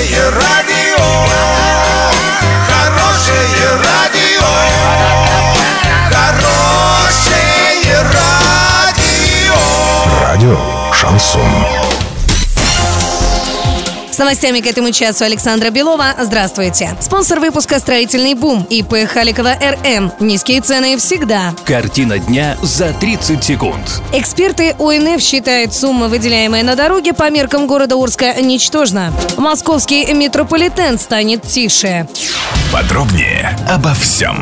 Хорошее радио, хорошее радио, хорошее радио. Радио «Шансон». С новостями к этому часу Александра Белова. Здравствуйте. Спонсор выпуска «Строительный бум» ИП Халикова РМ. Низкие цены всегда. Картина дня за 30 секунд. Эксперты ОНФ считают, сумма, выделяемая на дороге, по меркам города Орска ничтожна. Московский метрополитен станет тише. Подробнее обо всем.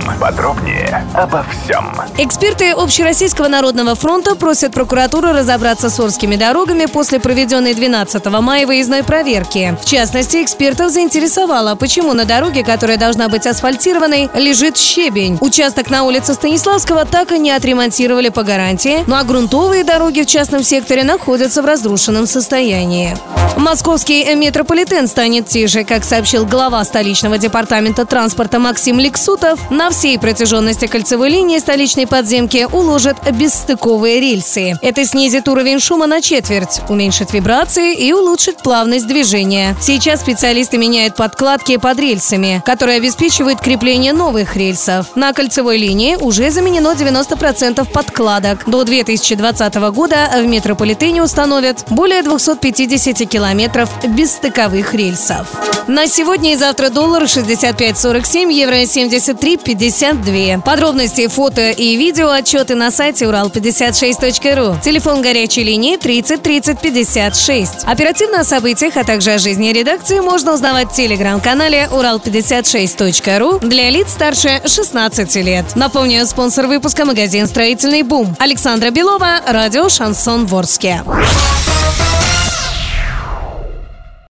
Эксперты Общероссийского народного фронта просят прокуратуру разобраться с орскими дорогами после проведенной 12 мая выездной проверки. В частности, экспертов заинтересовало, почему на дороге, которая должна быть асфальтированной, лежит щебень. Участок на улице Станиславского так и не отремонтировали по гарантии, ну а грунтовые дороги в частном секторе находятся в разрушенном состоянии. Московский метрополитен станет тише, как сообщил глава столичного департамента транспорта Максим Лексутов. На всей протяженности кольцевой линии столичной подземки уложат бесстыковые рельсы. Это снизит уровень шума на четверть, уменьшит вибрации и улучшит плавность движения. Сейчас специалисты меняют подкладки под рельсами, которые обеспечивают крепление новых рельсов. На кольцевой линии уже заменено 90% подкладок. До 2020 года в метрополитене установят более 250 километров бесстыковых рельсов. На сегодня и завтра доллар 65.47, евро 73.52. Подробности, фото и видео отчеты на сайте урал56.ру. Телефон горячей линии 30 30 56. Оперативно о событиях, а также о жизни редакции можно узнавать в телеграм-канале урал56.ру для лиц старше 16 лет. Напомню, спонсор выпуска — магазин «Строительный бум». Александра Белова, радио «Шансон» в Орске.